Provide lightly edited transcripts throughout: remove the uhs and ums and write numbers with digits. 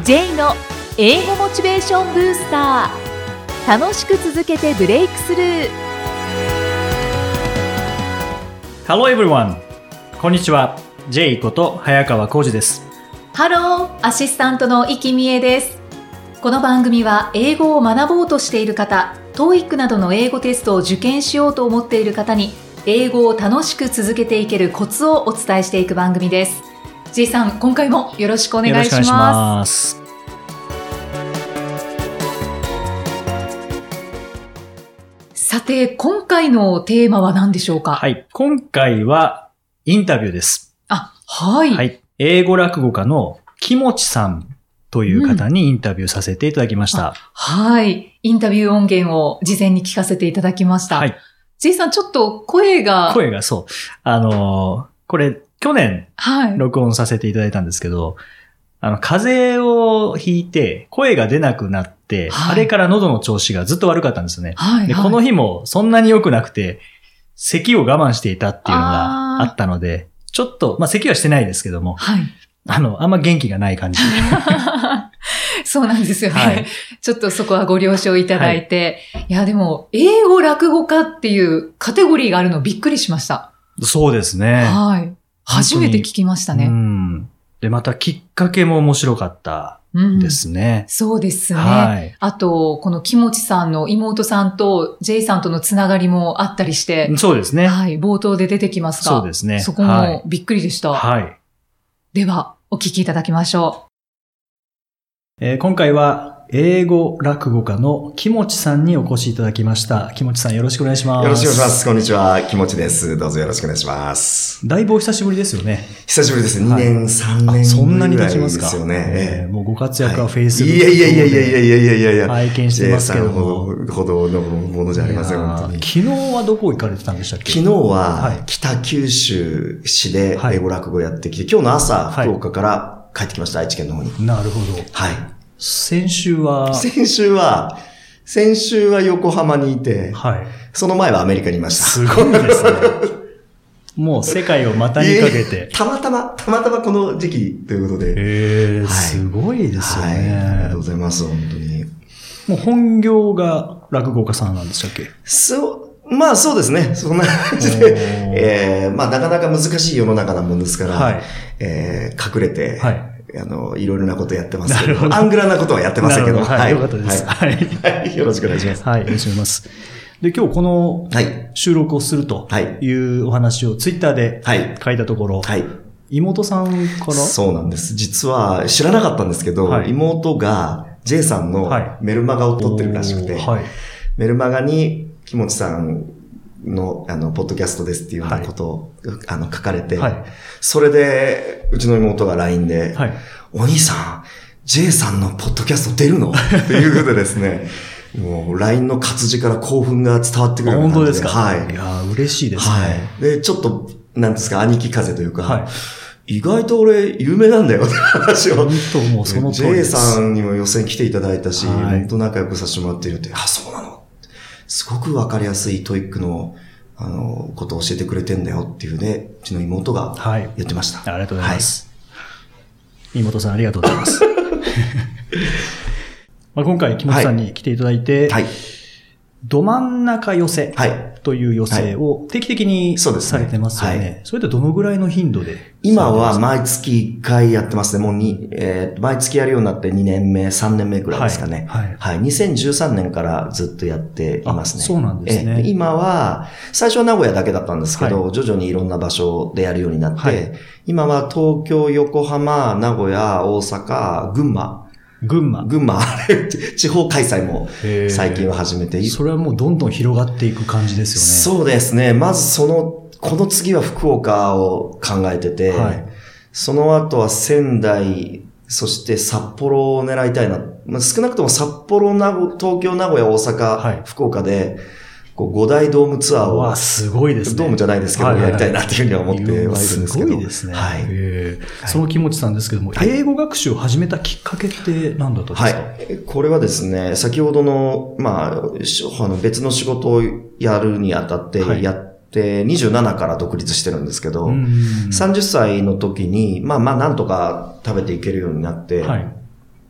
J の英語モチベーションブースター。楽しく続けてブレイクスルー。 Hello everyone! こんにちは。 J こと早川浩二です。 ハロー、アシスタントの生きみえです。この番組は英語を学ぼうとしている方、TOEIC などの英語テストを受験しようと思っている方に、英語を楽しく続けていけるコツをお伝えしていく番組です。J さん、今回もよろしくお願いします。 よろしくお願いします。 さて、今回のテーマは何でしょうか？ はい。今回はインタビューです。 はい。 はい。英語落語家の木持さんという方にインタビューさせていただきました。 はい。インタビュー音源を事前に聞かせていただきました。はい。J さん、ちょっと声がそう。これ、去年、録音させていただいたんですけど、風邪をひいて、声が出なくなって、あれから喉の調子がずっと悪かったんですよね。で、この日もそんなに良くなくて、咳を我慢していたっていうのがあったので、ちょっと、咳はしてないですけども、あんま元気がない感じ。 そうなんですよね。ちょっとそこはご了承いただいて。いや、でも、英語落語家っていうカテゴリーがあるのびっくりしました。 そうですね。 初めて聞きましたね。 で、またきっかけも面白かったですね。 そうですね。あと、この木持さんの妹さんと J さんとのつながりもあったりして。 そうですね。 冒頭で出てきますが。 そうですね。 そこもびっくりでした。では、お聞きいただきましょう。今回は、英語落語家の木持さんにお越しいただきました。木持さん、よろしくお願いします。 よろしくお願いします。こんにちは。木持です。どうぞよろしくお願いします。 だいぶお久しぶりですよね。 久しぶりです。2年、3年そんなにぐらいで経ちますか。 すよね。 もうご活躍はフェイスブックで拝見してますけども。 ほどのものじゃありません、本当に。 昨日はどこ行かれてたんでしたっけ？ 昨日は、北九州市で英語落語やってきて、今日の朝、福岡から帰ってきました、愛知県の方に。 なるほど。先週は横浜にいて、その前はアメリカにいました。 すごいですね。もう世界を股にかけて。 たまたまこの時期ということで。 すごいですよね。 ありがとうございます、本当に。 もう本業が落語家さんなんでしたっけ？ そうですね。そんな感じで。なかなか難しい世の中なもんですから、隠れて、いろいろなことやってますけど、アングラなことはやってませんけど。 よかったです。 よろしくお願いします。 よろしくお願いします。で、今日この収録をするというお話をツイッターで書いたところ、妹さんからそうなんです。実は知らなかったんですけど、妹が J さんのメルマガを撮ってるらしくて、メルマガに木持さんの、ポッドキャストですっていうようなことを、書かれて、それで、うちの妹が LINE で、お兄さん、J さんのポッドキャスト出るのっていうことでですね、もう LINE の活字から興奮が伝わってくるような感じで。 本当ですか？いや、嬉しいですね。 で、ちょっと、なんですか、兄貴風というか、意外と俺、有名なんだよって話を。 本当もうその通りです。 J さんにも予選来ていただいたし、本当仲良くさせてもらっているって、そうなの。すごくわかりやすいTOEICの、ことを教えてくれてんだよっていうね、うちの妹が言ってました。 ありがとうございます。妹さんありがとうございます。今回、木本さんに来ていただいて、ど真ん中寄せという寄せを定期的にされてますよね。それってどのぐらいの頻度で？ 今は毎月1回やってますね。もう毎月やるようになって2年目、3年目くらいですかね。2013年からずっとやっていますね。 そうなんですね。 今は、最初は名古屋だけだったんですけど、徐々にいろんな場所でやるようになって、今は東京、横浜、名古屋、大阪、群馬、地方開催も最近は始めて。 それはもうどんどん広がっていく感じですよね。そうですね。まずこの次は福岡を考えてて、その後は仙台、そして札幌を狙いたいな。少なくとも札幌、東京、名古屋、大阪、福岡で、5大ドームツアーを、 すごいですね。 ドームじゃないですけど、やりたいなっていうふうには思ってはいるんですけど。 すごいですね。その木持さんですけども、英語学習を始めたきっかけって何だったんですか？ これはですね、先ほどの、別の仕事をやるにあたって、27から独立してるんですけど、30歳の時に、なんとか食べていけるようになって、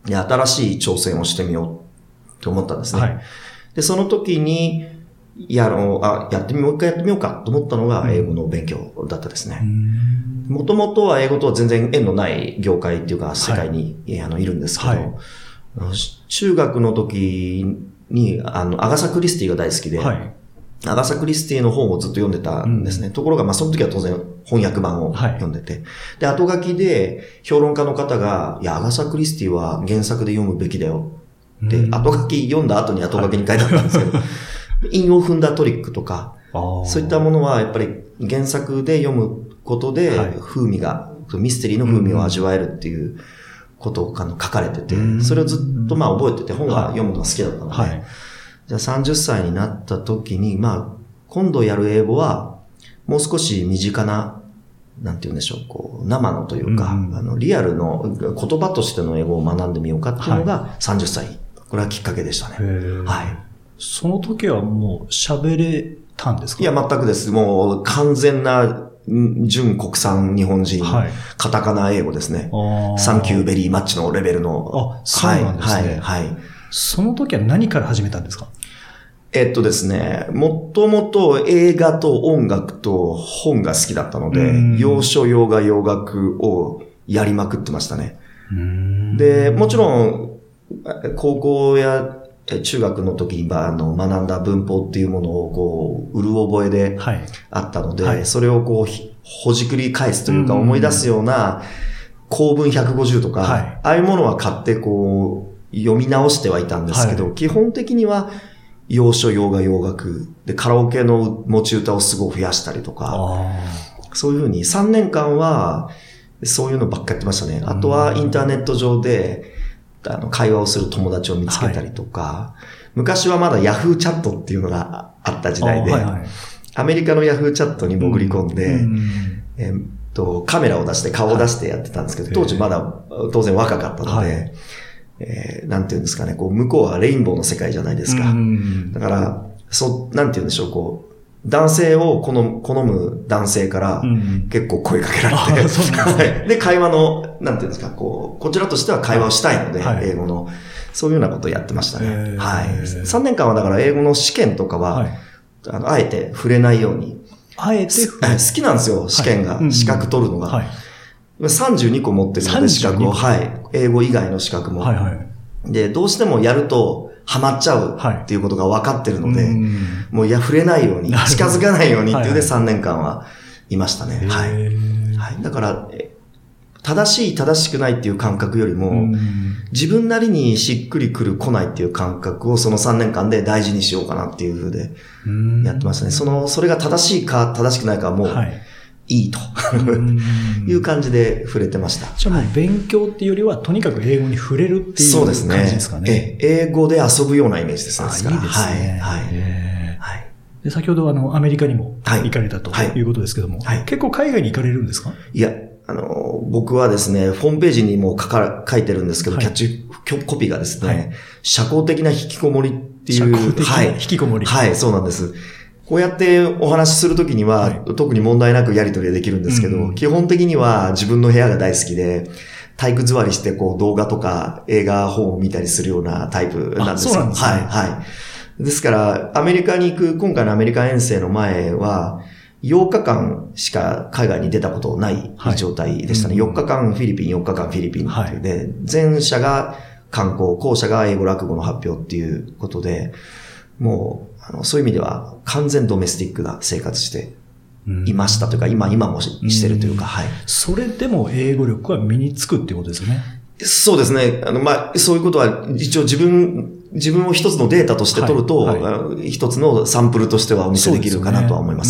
新しい挑戦をしてみようと思ったんですね。で、その時に、もう一回やってみようかと思ったのが英語の勉強だったですね。もともとは英語とは全然縁のない業界っていうか世界に、いるんですけど、中学の時に、アガサ・クリスティが大好きで、アガサ・クリスティの本をずっと読んでたんですね。ところが、その時は当然翻訳版を読んでて、で、後書きで評論家の方が、アガサ・クリスティは原作で読むべきだよって、後書き読んだ後に後書きに書いてあったんですけど、韻を踏んだトリックとか、そういったものはやっぱり原作で読むことで風味が、ミステリーの風味を味わえるっていうことが書かれてて、それをずっと覚えてて本が読むのが好きだったので、じゃあ30歳になった時に、今度やる英語はもう少し身近な、なんて言うんでしょう、生のというか、リアルの言葉としての英語を学んでみようかっていうのが30歳。これはきっかけでしたね。 その時はもう喋れたんですか？ いや、全くです。もう完全な純国産日本人、カタカナ英語ですね。サンキューベリーマッチのレベルの。 そうなんですね。その時は何から始めたんですか？ ですね、もともと映画と音楽と本が好きだったので、洋書、洋画、洋楽をやりまくってましたね。で、もちろん、高校や中学の時に学んだ文法っていうものをうる覚えであったので、それをほじくり返すというか思い出すような構文150とか、ああいうものは買って読み直してはいたんですけど、基本的には洋書、洋画、洋楽でカラオケの持ち歌をすごい増やしたりとか、そういうふうに3年間はそういうのばっかやってましたね。あとはインターネット上で会話をする友達を見つけたりとか、昔はまだヤフーチャットっていうのがあった時代で、アメリカのヤフーチャットに潜り込んで、カメラを出して顔を出してやってたんですけど、当時まだ当然若かったので、なんていうんですかね、向こうはレインボーの世界じゃないですか。だから、なんていうんでしょう、男性を好む男性から結構声かけられて、で、会話の、なんていうんですか、こちらとしては会話をしたいので、英語の、そういうようなことをやってましたね。3年間はだから英語の試験とかは、あえて触れないように。 あえて好きなんですよ、試験が。資格取るのが。32個持ってるので、資格を。英語以外の資格も。で、どうしてもやると、ハマっちゃうっていうことが分かってるので、もう触れないように、近づかないようにっていうで3年間はいましたね。だから、正しい正しくないっていう感覚よりも、自分なりにしっくりくる来ないっていう感覚をその3年間で大事にしようかなっていう風でやってましたね。それが正しいか正しくないかはもういいという感じで触れてました。 じゃあもう勉強っていうよりはとにかく英語に触れるっていう感じですかね。そうですね。 英語で遊ぶようなイメージですね。 いいですね。で先ほどアメリカにも行かれたということですけども、結構海外に行かれるんですか？ いや、僕はですね、ホームページにも書いてるんですけど、キャッチコピーがですね、社交的な引きこもりっていう。 社交的な引きこもり。 そうなんです。こうやってお話しするときには、特に問題なくやり取りができるんですけど、基本的には自分の部屋が大好きで、体育座りして動画とか映画本を見たりするようなタイプなんですよ。 そうなんですね。 ですから、アメリカに行く、今回のアメリカ遠征の前は、8日間しか海外に出たことない状態でしたね。4日間フィリピン、4日間フィリピンっていうで、前者が観光、後者が英語落語の発表っていうことで、もう、そういう意味では完全ドメスティックな生活していましたというか、今もしてるというか、 それでも英語力は身につくっていうことですよね。 そうですね。そういうことは一応自分を一つのデータとして取ると、一つのサンプルとしてはお見せできるかなとは思います。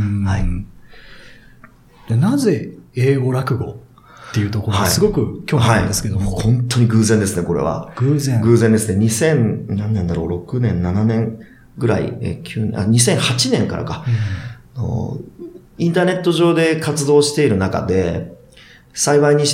でなぜ英語落語っていうところがすごく興味あるんですけども、 本当に偶然ですね、これは。偶然ですね。何年だろう、6年、7年ぐらい、2008年からか、インターネット上で活動している中で、幸いにして、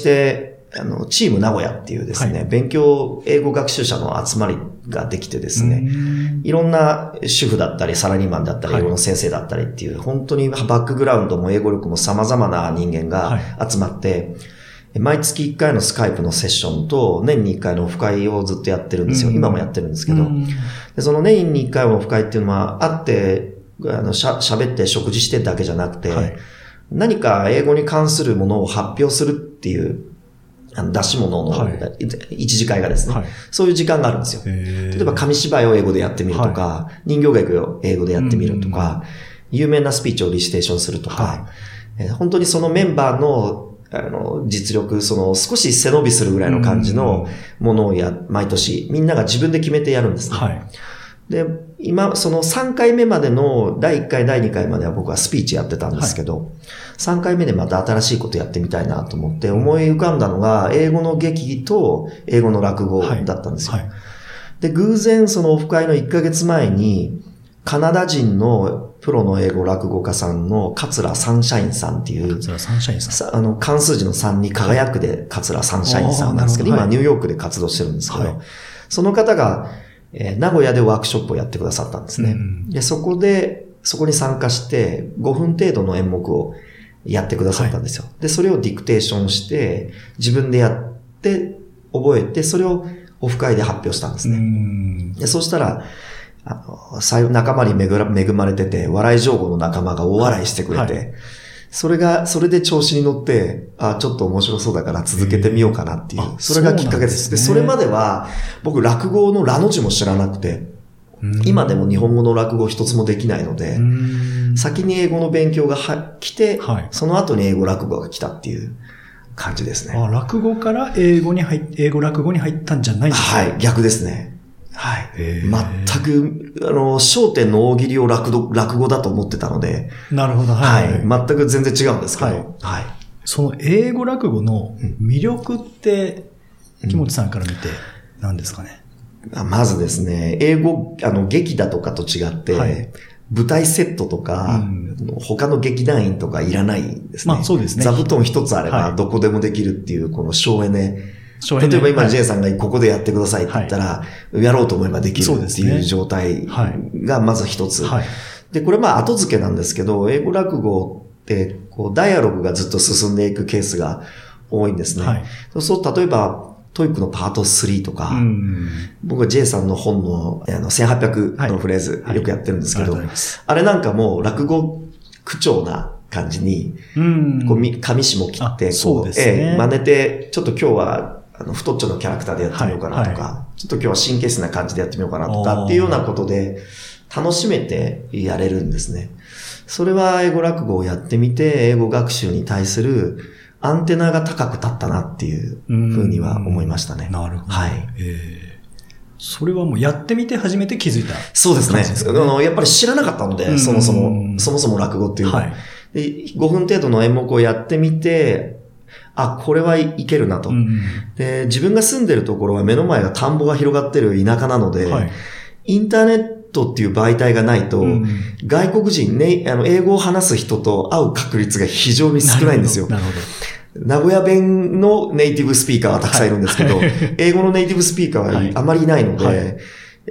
チーム名古屋っていうですね、英語学習者の集まりができてですね、いろんな主婦だったり、サラリーマンだったり、英語の先生だったりっていう、本当にバックグラウンドも英語力も様々な人間が集まって、 毎月1回のスカイプのセッションと、年に1回のオフ会をずっとやってるんですよ。今もやってるんですけど。でその年に1回のオフ会っていうのは、会って、喋って食事してだけじゃなくて、はい、何か英語に関するものを発表するっていう、出し物の一次会がですね、はい、そういう時間があるんですよ。例えば紙芝居を英語でやってみるとか、はい、人形劇を英語でやってみるとか、有名なスピーチをリシテーションするとか、はい、本当にそのメンバーの実力、少し背伸びするぐらいの感じのものを毎年みんなが自分で決めてやるんですね。はい、で、今、その3回目までの第1回、第2回までは僕はスピーチやってたんですけど、はい、3回目でまた新しいことやってみたいなと思って思い浮かんだのが、英語の劇と英語の落語だったんですよ。はいはい、で、偶然そのオフ会の1ヶ月前に、カナダ人のプロの英語落語家さんの桂サンシャインさんっていう、 桂サンシャインさん。 漢数字の3に輝くで桂サンシャインさんなんですけど、今ニューヨークで活動してるんですけど、はい、その方が、名古屋でワークショップをやってくださったんですね。で、そこに参加して5分程度の演目をやってくださったんですよ。はい、で、それをディクテーションして、自分でやって覚えて、それをオフ会で発表したんですね。で、そうしたら、仲間に恵まれてて、笑い上手の仲間が大笑いしてくれて、はい、それで調子に乗って、ちょっと面白そうだから続けてみようかなっていう。それがきっかけです。で、それまでは、僕、落語のラの字も知らなくて、今でも日本語の落語一つもできないので、先に英語の勉強が来て、はい、その後に英語落語が来たっていう感じですね。 落語から英語落語に入ったんじゃないんですか？ はい、逆ですね。はい。全く、焦点の大喜利を落語だと思ってたので。 なるほど。 はい。全く全然違うんですけど。はい。はい、 その英語落語の魅力って、木本さんから見て何ですかね？ まずですね、英語、劇だとかと違って、はい、舞台セットとか、他の劇団員とかいらないんですね。 まあそうですね。 座布団一つあればどこでもできるっていう、この省エネ。例えば今 J さんがここでやってくださいって言ったら、やろうと思えばできるっていう状態がまず一つ。で、これ後付けなんですけど、英語落語ってダイアログがずっと進んでいくケースが多いんですね。はい、例えば、トイックのパート3とか、僕は J さんの本の1800のフレーズよくやってるんですけど、あれなんかもう落語口調な感じに、上下切って、真似て、ちょっと今日は太っちょのキャラクターでやってみようかなとか、ちょっと今日は神経質な感じでやってみようかなとかっていうようなことで楽しめてやれるんですね。それは英語落語をやってみて、英語学習に対するアンテナが高く立ったなっていうふうには思いましたね。 なるほど。 はい。 それはもうやってみて初めて気づいた。 そうですね。やっぱり知らなかったので、そもそも落語っていうのは。で5分程度の演目をやってみて、これはいけるなと、で。自分が住んでるところは目の前が田んぼが広がってる田舎なので、はい、インターネットっていう媒体がないと、外国人ね、英語を話す人と会う確率が非常に少ないんですよ。なるほど。名古屋弁のネイティブスピーカーはたくさんいるんですけど、はい、英語のネイティブスピーカーはあまりいないので、はい、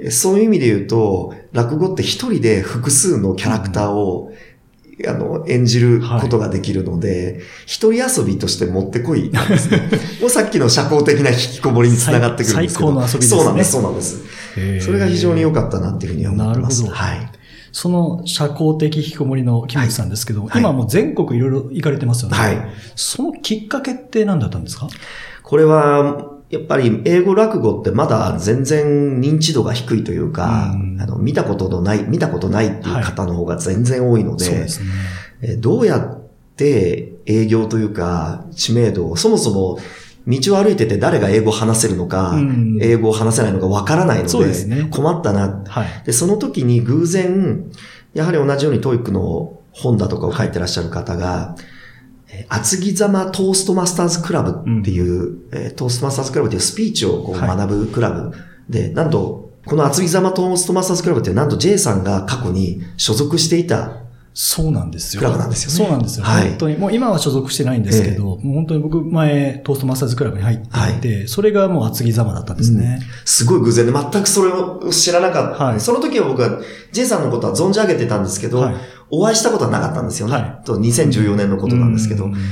そういう意味で言うと、落語って一人で複数のキャラクターを、演じることができるので、一人遊びとしてもってこいなんですね。もうさっきの社交的な引きこもりにつながってくるんですけど。 最高の遊びですね。 そうなんです。それが非常に良かったなっていうふうに思ってます。 なるほど。はい。その社交的引きこもりの木本さんですけど、今もう全国いろいろ行かれてますよね。はい。そのきっかけって何だったんですか？ これは、やっぱり英語落語ってまだ全然認知度が低いというか、見たことないっていう方の方が全然多いので、そうですね、どうやって営業というか知名度を、そもそも道を歩いてて誰が英語を話せるのか、英語を話せないのかわからないので、困ったな、はい。で、その時に偶然、やはり同じように TOEIC の本だとかを書いてらっしゃる方が、厚木ざまトーストマスターズクラブっていう、トーストマスターズクラブっていうスピーチを学ぶクラブで、なんと、この厚木ざまトーストマスターズクラブってなんと J さんが過去に所属していたそうなんですよ。 クラブなんですよね。 そうなんですよ。はい、本当に。もう今は所属してないんですけど、もう本当に僕前トーストマスターズクラブに入っていて、それがもう厚木ざまだったんですね、 すごい偶然で全くそれを知らなかった。その時は僕は J さんのことは存じ上げてたんですけど、お会いしたことはなかったんですよね。2014年のことなんですけど。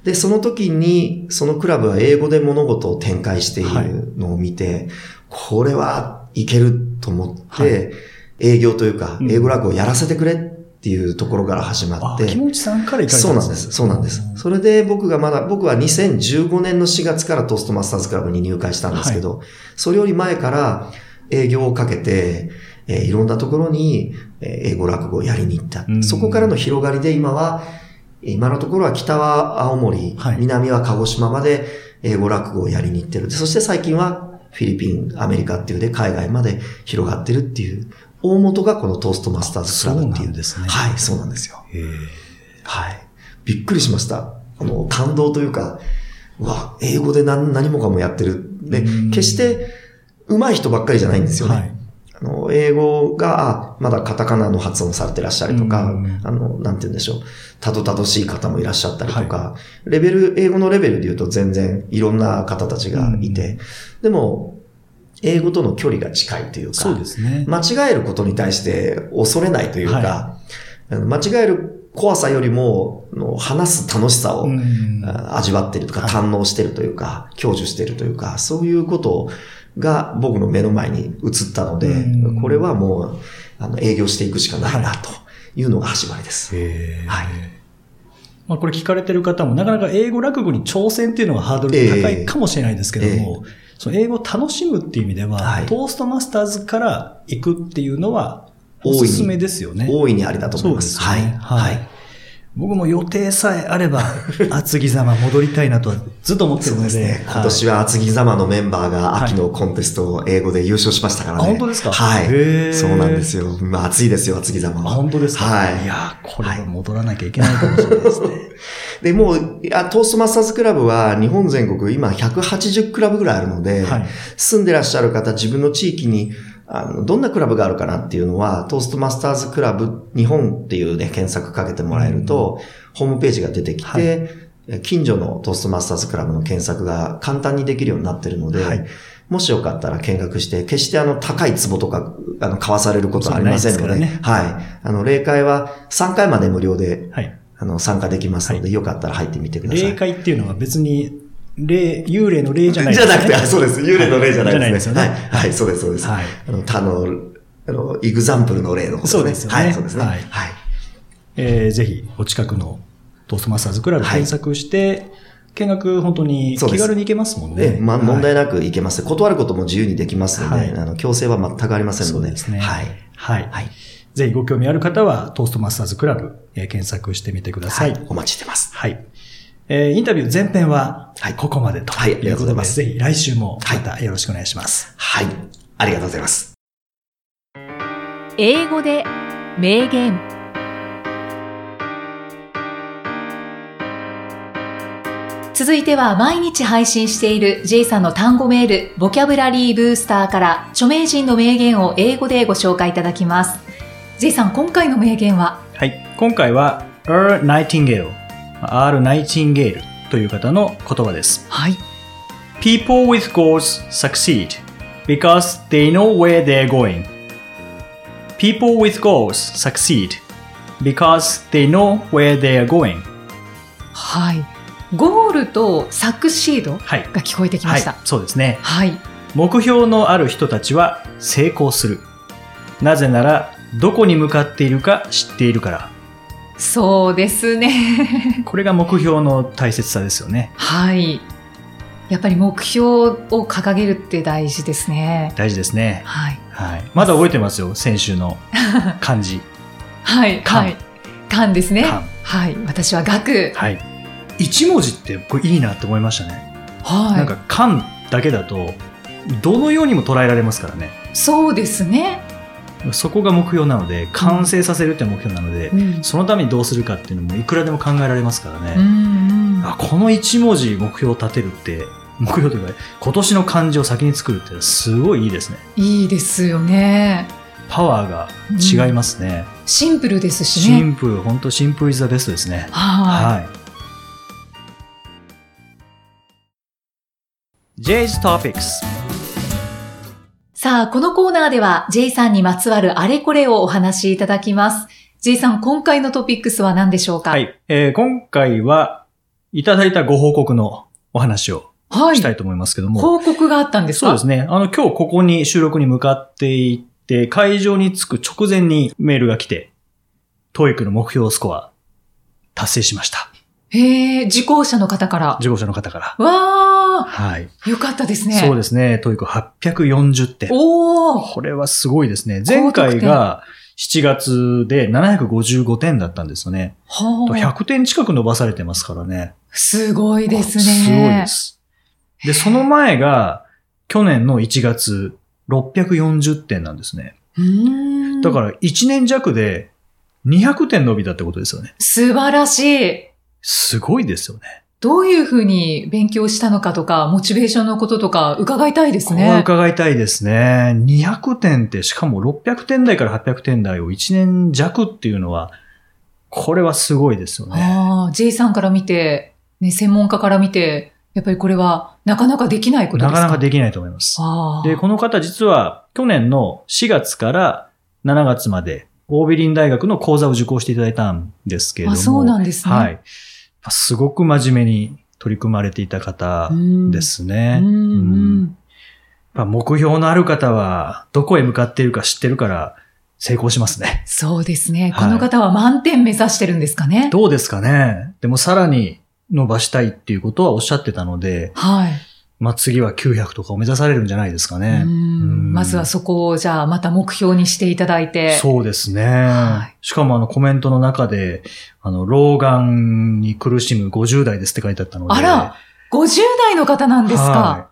で、その時に、そのクラブは英語で物事を展開しているのを見て、これはいけると思って、営業というか、英語落語をやらせてくれっていうところから始まって。 木持さんから行かれたんですね。 そうなんです。それで僕は2015年の4月からトーストマスターズクラブに入会したんですけど、それより前から営業をかけて、いろんなところに英語落語をやりに行った。そこからの広がりで今のところは北は青森、南は鹿児島まで英語落語をやりに行ってる。そして最近はフィリピン、アメリカっていうで海外まで広がってるっていう。大元がこのトーストマスターズクラブっていう。 そうなんですね。 はい、そうなんですよ。はい。びっくりしました。感動というか、英語で何もかもやってる。で、決して上手い人ばっかりじゃないんですよね。英語が、まだカタカナの発音されてらっしゃるとか、なんて言うんでしょう。たどたどしい方もいらっしゃったりとか、英語のレベルで言うと全然いろんな方たちがいて、でも、英語との距離が近いというか、 そうですね。 間違えることに対して恐れないというか、間違える怖さよりも、話す楽しさを味わっているとか、堪能しているというか、享受しているというか、そういうことが僕の目の前に映ったので、これはもう、営業していくしかないなというのが始まりです。はい。 これ聞かれてる方もなかなか英語落語に挑戦っていうのがハードルが高いかもしれないですけども、その英語を楽しむっていう意味では、トーストマスターズから行くっていうのはおすすめですよね。 大いにありだと思います。 そうですね。はい。僕も予定さえあれば、厚木様戻りたいなとはずっと思ってるので。そうですね。 今年は厚木様のメンバーが秋のコンテストを英語で優勝しましたからね。 本当ですか？ はい。そうなんですよ。暑いですよ、厚木様は。 本当ですか？ はい。 いや、これは戻らなきゃいけないかもしれないですね。 で、もう、トーストマスターズクラブは日本全国今180クラブぐらいあるので、住んでらっしゃる方、自分の地域にどんなクラブがあるかなっていうのは、トーストマスターズクラブ日本っていうね、検索かけてもらえると、ホームページが出てきて、近所のトーストマスターズクラブの検索が簡単にできるようになってるので、もしよかったら見学して、決して高い壺とか、買わされることはありませんので、はい。霊会は3回まで無料で、参加できますので、よかったら入ってみてください。 霊会っていうのは別に、幽霊の霊じゃないですね。 じゃなくて、そうです。幽霊の霊じゃないですね。はい、そうです、そうです。 はい。 イグザンプルの霊のことですね。 そうですね。 はい、そうですね。 はい。ぜひ、お近くのトーストマスターズクラブ検索して、見学本当に気軽に行けますもんね。 問題なく行けます。断ることも自由にできますので、強制は全くありませんので。 そうですね。 はい。 はい。ぜひご興味ある方は、トーストマスターズクラブ、検索してみてください。 お待ちしてます。 はい。インタビュー前編は、ここまでということで、ぜひ来週もまたよろしくお願いします。 はい。ありがとうございます。 英語で名言。続いては毎日配信している J さんの単語メール、ボキャブラリーブースターから著名人の名言を英語でご紹介いただきます。J さん、今回の名言は？ はい。今回は R. Nightingale、R. Nightingale という方の言葉です。 はい。 People with goals succeed because they know where they're going.People with goals succeed because they know where they are going. はい。ゴールとサクシードが聞こえてきました。 はい、そうですね。 はい。 目標のある人たちは成功する。なぜなら、どこに向かっているか知っているから。 そうですね。 これが目標の大切さですよね。 はい。やっぱり目標を掲げるって大事ですね。 大事ですね。 はい。 はい。まだ覚えてますよ、先週の漢字。 はい。 漢。 はい。漢ですね。 漢。 はい。私は学。 はい。一文字ってこれいいなって思いましたね。 はい。 なんか漢だけだと、どのようにも捉えられますからね。 そうですね。 そこが目標なので、完成させるって目標なので、そのためにどうするかっていうのもいくらでも考えられますからね。この一文字目標を立てるって、目標というか、今年の漢字を先に作るってすごいいいですね。 いいですよね。 パワーが違いますね。 シンプルですしね。 シンプル、本当シンプルイズザベストですね。 はい。 J's Topics。 さあ、このコーナーでは J さんにまつわるあれこれをお話しいただきます。J さん、今回のトピックスは何でしょうか？ はい。今回はいただいたご報告のお話をしたいと思いますけども。 報告があったんですか？ そうですね。今日ここに収録に向かっていって、会場に着く直前にメールが来て、TOEIC の目標スコア達成しました。 へー、受講者の方から。 受講者の方から。 わー。 はい。 よかったですね。 そうですね。TOEIC840点。 おー。 これはすごいですね。前回が7月で755点だったんですよね。100点近く伸ばされてますからね。 すごいですね。 すごいです。で、その前が去年の1月640点なんですね。だから1年弱で200点伸びたってことですよね。 素晴らしい。 すごいですよね。 どういうふうに勉強したのかとか、モチベーションのこととか伺いたいですね。 伺いたいですね。200点ってしかも600点台から800点台を1年弱っていうのは、これはすごいですよね。 J さんから見て、ね、専門家から見て、やっぱりこれはなかなかできないことですか？ なかなかできないと思います。で、この方実は去年の4月から7月まで、オービリン大学の講座を受講していただいたんですけれども。 そうなんですね。 はい。すごく真面目に取り組まれていた方ですね。目標のある方はどこへ向かっているか知ってるから成功しますね。 そうですね。この方は満点目指してるんですかね。 どうですかね。でもさらに伸ばしたいっていうことはおっしゃってたので、 はい。 次は900とかを目指されるんじゃないですかね。 まずはそこをじゃあまた目標にしていただいて。 そうですね。はい、しかもコメントの中で、老眼に苦しむ50代ですって書いてあったので。 あら、50代の方なんですか。はい、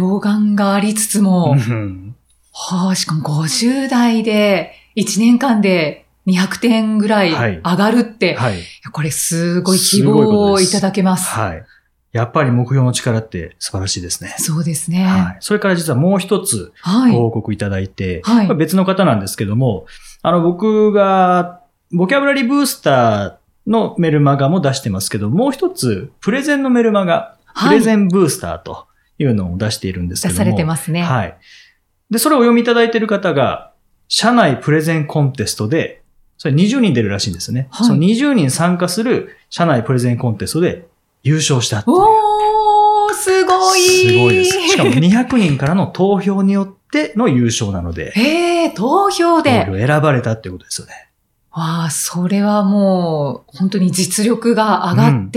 老眼がありつつも。しかも50代で1年間で200点ぐらい上がるって、これすごい希望をいただけます。 はい。やっぱり目標の力って素晴らしいですね。 そうですね。 はい。それから実はもう一つご報告いただいて、別の方なんですけども、僕がボキャブラリーブースターのメルマガも出してますけど、もう一つプレゼンのメルマガ、プレゼンブースターというのを出しているんですけども。 出されてますね。 はい。で、それをお読みいただいている方が、社内プレゼンコンテストで、それ20人出るらしいんですよね。その20人参加する社内プレゼンコンテストで優勝したっていう。 すごい。 すごいです。しかも200人からの投票によっての優勝なので。 投票で。 投票選ばれたっていうことですよね。 それはもう、本当に実力が上がって、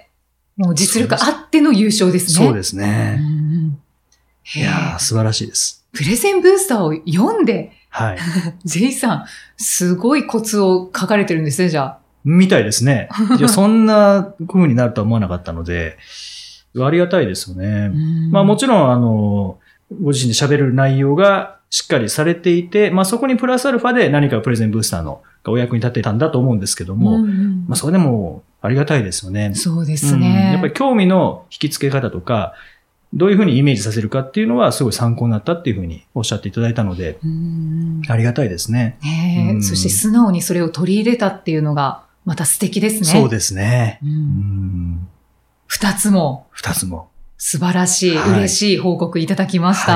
もう実力あっての優勝ですね。 そうですね。いやー、素晴らしいです。 プレゼンブースターを読んで、 はい。 J さん、すごいコツを書かれてるんですね、じゃあ。 みたいですね。そんな風になるとは思わなかったので、ありがたいですよね。もちろん、ご自身で喋る内容がしっかりされていて、そこにプラスアルファで何かプレゼンブースターのがお役に立てたんだと思うんですけども、それでもありがたいですよね。 そうですね。 やっぱり興味の引き付け方とか、どういうふうにイメージさせるかっていうのはすごい参考になったっていうふうにおっしゃっていただいたので、ありがたいですね。 そして素直にそれを取り入れたっていうのがまた素敵ですね。 そうですね。 二つも。素晴らしい、嬉しい報告いただきました。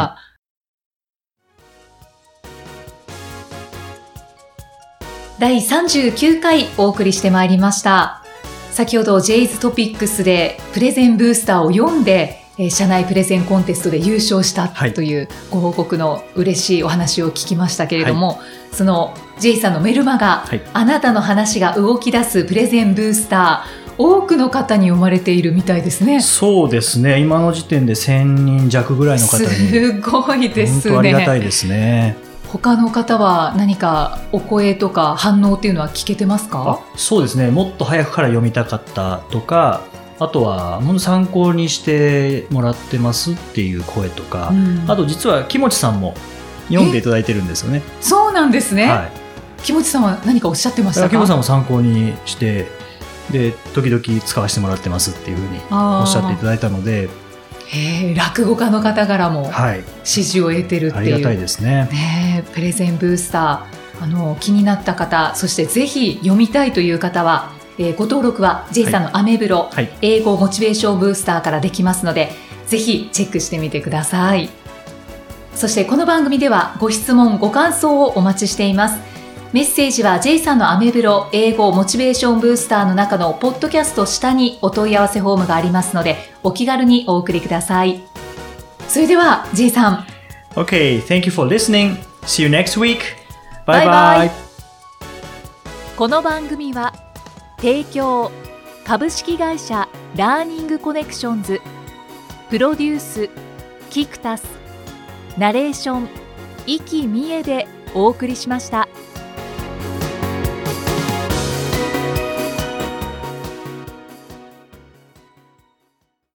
第39回お送りしてまいりました。先ほど J's トピックスでプレゼンブースターを読んで、社内プレゼンコンテストで優勝したというご報告の嬉しいお話を聞きましたけれども、その J さんのメルマガ、あなたの話が動き出すプレゼンブースター、多くの方に読まれているみたいですね。 そうですね。今の時点で1000人弱ぐらいの方に。 すごいですね。 本当ありがたいですね。 他の方は何かお声とか反応っていうのは聞けてますか？ そうですね。もっと早くから読みたかったとか、あとは参考にしてもらってますっていう声とか、あと実は木持さんも読んでいただいてるんですよね。 そうなんですね。木持さんは何かおっしゃってましたか？ 木持さんも参考にしてで時々使わせてもらってますっていうふうにおっしゃっていただいたので、 落語家の方からも支持を得てるっていう、 ありがたいですね。 プレゼンブースター、気になった方、そしてぜひ読みたいという方は、ご登録は J さんのアメブロ、英語モチベーションブースターからできますので、ぜひチェックしてみてください。そしてこの番組ではご質問ご感想をお待ちしています。 メッセージは J さんのアメブロ英語モチベーションブースターの中のポッドキャスト下にお問い合わせフォームがありますので、お気軽にお送りください。それでは J さん。 Okay, thank you for listening. See you next week. Bye bye. この番組は提供株式会社ラーニングコネクションズ、プロデュースキクタス、ナレーション生きみえでお送りしました。